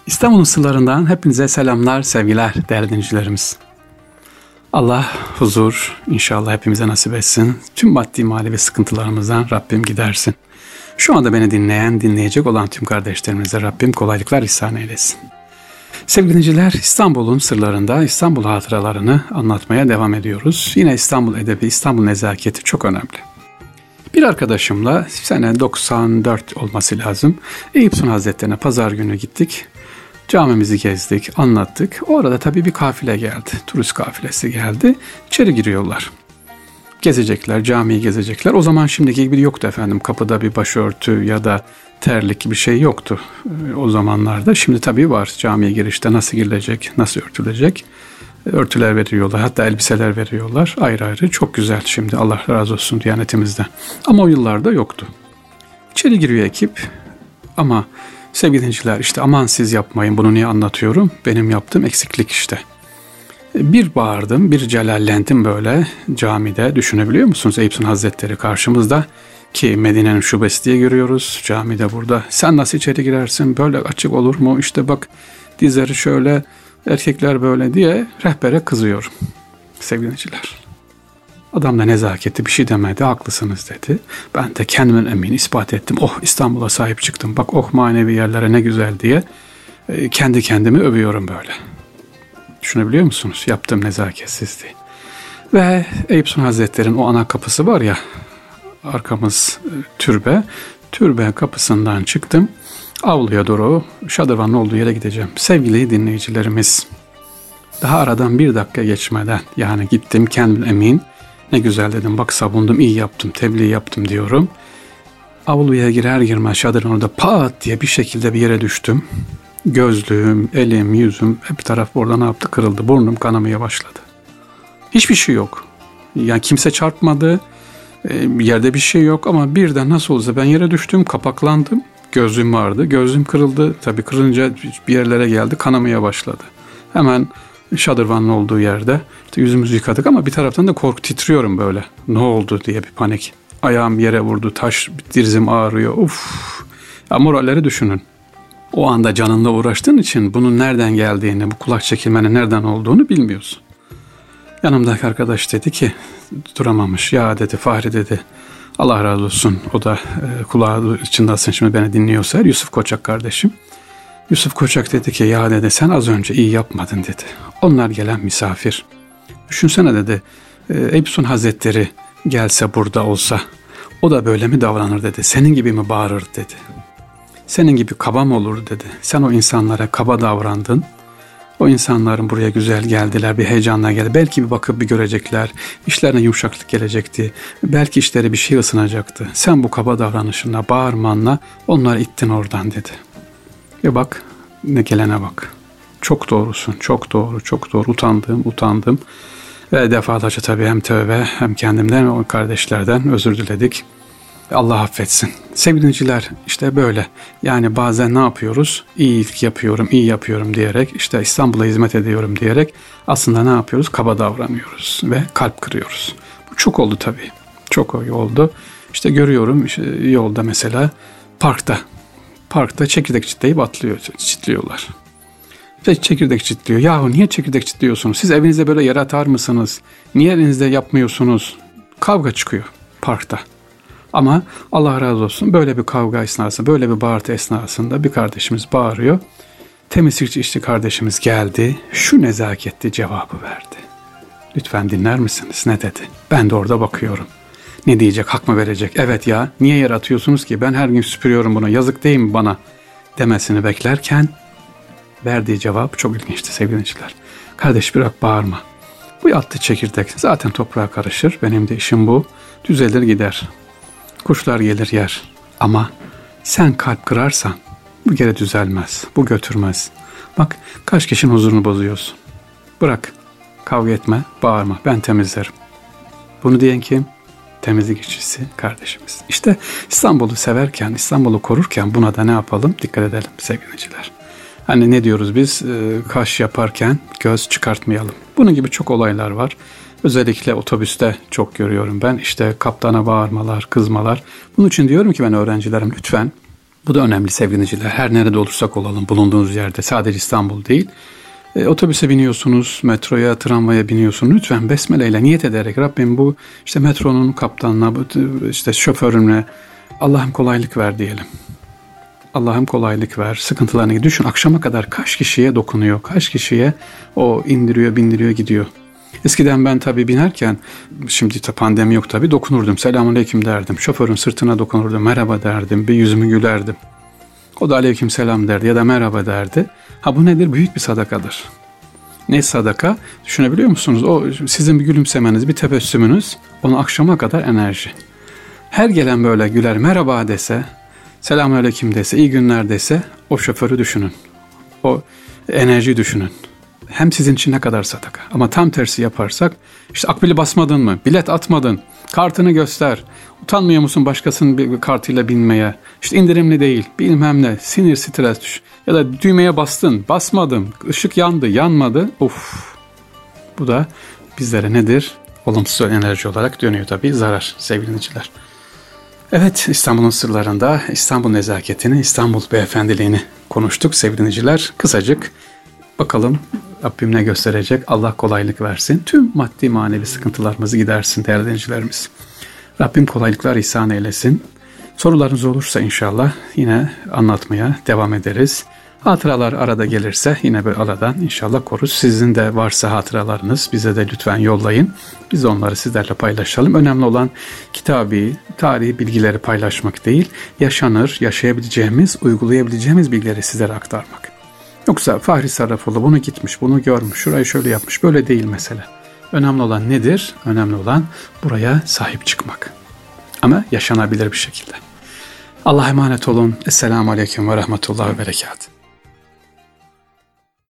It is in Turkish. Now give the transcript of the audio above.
İstanbul'un sırlarından hepinize selamlar, sevgiler değerli dinleyicilerimiz. Allah huzur inşallah hepimize nasip etsin. Tüm maddi manevi sıkıntılarımızdan Rabbim gidersin. Şu anda beni dinleyecek olan tüm kardeşlerimize Rabbim kolaylıklar ihsan eylesin. Sevgili dinleyiciler, İstanbul'un sırlarında İstanbul hatıralarını anlatmaya devam ediyoruz. Yine İstanbul edebi, İstanbul nezaketi çok önemli. Bir arkadaşımla sene 94 olması lazım. Eyüp Sultan Hazretleri'ne pazar günü gittik. Camimizi gezdik, anlattık. O arada tabii bir kafile geldi. Turist kafilesi geldi. İçeri giriyorlar. Gezecekler, camiyi gezecekler. O zaman şimdiki gibi yoktu efendim. Kapıda bir başörtü ya da terlik bir şey yoktu o zamanlarda. Şimdi tabii var. Camiye girişte nasıl girilecek, nasıl örtülecek. Örtüler veriyorlar, hatta elbiseler veriyorlar. Ayrı ayrı çok güzel şimdi. Allah razı olsun Diyanetimizden. Ama o yıllarda yoktu. İçeri giriyor ekip ama sevgili dinleyiciler işte aman siz yapmayın, bunu niye anlatıyorum? Benim yaptığım eksiklik işte. Bir bağırdım, bir celallendim böyle camide. Düşünebiliyor musunuz? Eyüp Sultan Hazretleri karşımızda ki Medine'nin şubesi diye görüyoruz. Camide burada. Sen nasıl içeri girersin? Böyle açık olur mu? İşte bak dizleri şöyle, erkekler böyle diye rehbere kızıyorum. Sevgili dinleyiciler. Adam da nezaketi bir şey demedi. Haklısınız dedi. Ben de kendimin emin ispat ettim. Oh İstanbul'a sahip çıktım. Bak oh manevi yerlere ne güzel diye kendi kendimi övüyorum böyle. Düşünebiliyor musunuz? Yaptığım nezaketsizliği. Ve Eyüp Sultan Hazretleri'nin o ana kapısı var ya, arkamız türbe. Türbe kapısından çıktım. Avluya doğru şadırvanın olduğu yere gideceğim. Sevgili dinleyicilerimiz, daha aradan bir dakika geçmeden yani gittim kendim emin. Ne güzel dedim, bak savundum, iyi yaptım, tebliğ yaptım diyorum. Avluya girer girmez şadırvan orada pat diye bir şekilde bir yere düştüm. Gözlüğüm, elim, yüzüm hep taraf orada ne yaptı? Kırıldı. Burnum kanamaya başladı. Hiçbir şey yok. Yani kimse çarpmadı. Yerde bir şey yok ama birden nasıl olsa ben yere düştüm, kapaklandım. Gözlüğüm vardı. Gözlüğüm kırıldı. Tabii kırılınca bir yerlere geldi. Kanamaya başladı. Hemen şadırvanın olduğu yerde işte yüzümüzü yıkadık ama bir taraftan da korku, titriyorum böyle. Ne oldu diye bir panik. Ayağım yere vurdu. Taş, dizim ağrıyor. Uf. Ya moralleri düşünün. O anda canınla uğraştığın için bunun nereden geldiğini, bu kulak çekilmenin nereden olduğunu bilmiyorsun. Yanımdaki arkadaş dedi ki duramamış. Ya dedi Fahri dedi. Allah razı olsun. O da kulağı içindesin şimdi beni dinliyorsa. Yusuf Koçak kardeşim. Yusuf Koçak dedi ki ya dedi sen az önce iyi yapmadın dedi. Onlar gelen misafir. Düşünsene dedi. Eyüp Sultan Hazretleri gelse burada olsa o da böyle mi davranır dedi. Senin gibi mi bağırır dedi. Senin gibi kaba mı olur dedi. Sen o insanlara kaba davrandın. O insanların buraya güzel geldiler, bir heyecanla geldi. Belki bir bakıp bir görecekler, işlerine yumuşaklık gelecekti. Belki işleri bir şey ısınacaktı. Sen bu kaba davranışınla, bağırmanla onları ittin oradan dedi. Ya bak, ne gelene bak. Çok doğrusun, çok doğru, çok doğru. Utandım. Ve defalarca tabii hem tövbe hem kendimden o kardeşlerden özür diledik. Allah affetsin. Sevgili dinleyiciler işte böyle. Yani bazen ne yapıyoruz? İyilik yapıyorum, iyi yapıyorum diyerek, işte İstanbul'a hizmet ediyorum diyerek aslında ne yapıyoruz? Kaba davranıyoruz ve kalp kırıyoruz. Bu çok oldu tabii. Çok oldu. İşte görüyorum işte yolda mesela parkta çekirdek çitleyip çitliyorlar. İşte çekirdek çitliyor. Yahu niye çekirdek çitliyorsunuz? Siz evinizde böyle yere atar mısınız? Niye elinizde yapmıyorsunuz? Kavga çıkıyor parkta. Ama Allah razı olsun böyle bir kavga esnasında, böyle bir bağırtı esnasında bir kardeşimiz bağırıyor. Temizlikçi işçi kardeşimiz geldi, şu nezaketli cevabı verdi. Lütfen dinler misiniz? Ne dedi? Ben de orada bakıyorum. Ne diyecek, hak mı verecek? Evet ya, niye yer atıyorsunuz ki? Ben her gün süpürüyorum bunu, yazık değil mi bana? Demesini beklerken verdiği cevap çok ilginçti sevgili dinleyiciler. Kardeş bırak bağırma. Bu attı çekirdek zaten toprağa karışır. Benim de işim bu. Düzelir gider. Kuşlar gelir yer. Ama sen kalp kırarsan bu geri düzelmez. Bu götürmez. Bak kaç kişinin huzurunu bozuyorsun. Bırak. Kavga etme, bağırma. Ben temizlerim. Bunu diyen kim? Temizlik işçisi kardeşimiz. İşte İstanbul'u severken, İstanbul'u korurken buna da ne yapalım? Dikkat edelim sevgili dinleyiciler. Hani ne diyoruz biz? Kaş yaparken göz çıkartmayalım. Bunun gibi çok olaylar var. Özellikle otobüste çok görüyorum ben. İşte kaptana bağırmalar, kızmalar. Bunun için diyorum ki ben öğrencilerim lütfen Bu da önemli sevgili dinleyiciler. Her nerede olursak olalım, bulunduğunuz yerde, sadece İstanbul değil. Otobüse biniyorsunuz, metroya, tramvaya biniyorsunuz. Lütfen besmele ile niyet ederek Rabbim bu işte metronun kaptanına, işte şoförüne Allah'ım kolaylık ver diyelim. Allah'ım kolaylık ver. Sıkıntılarını düşün. Akşama kadar kaç kişiye dokunuyor, kaç kişiye o indiriyor, bindiriyor, gidiyor. Eskiden ben tabii binerken, şimdi pandemi yok tabii, dokunurdum. Selamünaleyküm derdim. Şoförün sırtına dokunurdum. Merhaba derdim. Bir yüzümü gülerdim. O da aleyküm selam derdi ya da merhaba derdi. Ha, bu nedir? Büyük bir sadakadır. Ne sadaka? Düşünebiliyor musunuz? O sizin bir gülümsemeniz, bir tebessümünüz ona akşama kadar enerji. Her gelen böyle güler, merhaba dese, selamünaleyküm dese, iyi günler dese, o şoförü düşünün. O enerjiyi düşünün. Hem sizin için ne kadar sadaka. Ama tam tersi yaparsak, işte akbili basmadın mı, bilet atmadın, kartını göster, utanmıyor musun başkasının bir kartıyla binmeye, işte indirimli değil, bilmem ne, sinir, stres düş. Ya da düğmeye bastın, basmadım, ışık yandı, yanmadı. Of, bu da bizlere nedir? Olumsuz enerji olarak dönüyor tabii, zarar sevgili dinleyiciler. Evet, İstanbul'un sırlarında İstanbul nezaketini, İstanbul beyefendiliğini konuştuk sevgili dinleyiciler. Kısacık bakalım Rabbim ne gösterecek? Allah kolaylık versin. Tüm maddi manevi sıkıntılarımızı gidersin değerli dinleyicilerimiz. Rabbim kolaylıklar ihsan eylesin. Sorularınız olursa inşallah yine anlatmaya devam ederiz. Hatıralar arada gelirse yine böyle aradan inşallah koruruz. Sizin de varsa hatıralarınız bize de lütfen yollayın. Biz onları sizlerle paylaşalım. Önemli olan kitabi, tarihi bilgileri paylaşmak değil, yaşanır, yaşayabileceğimiz, uygulayabileceğimiz bilgileri sizlere aktarmak. Yoksa Fahri Sarrafoğlu bunu gitmiş, bunu görmüş, şurayı şöyle yapmış, böyle değil mesele. Önemli olan nedir? Önemli olan buraya sahip çıkmak. Ama yaşanabilir bir şekilde. Allah'a emanet olun. Esselamu Aleyküm ve Rahmetullah ve Berekatuhu.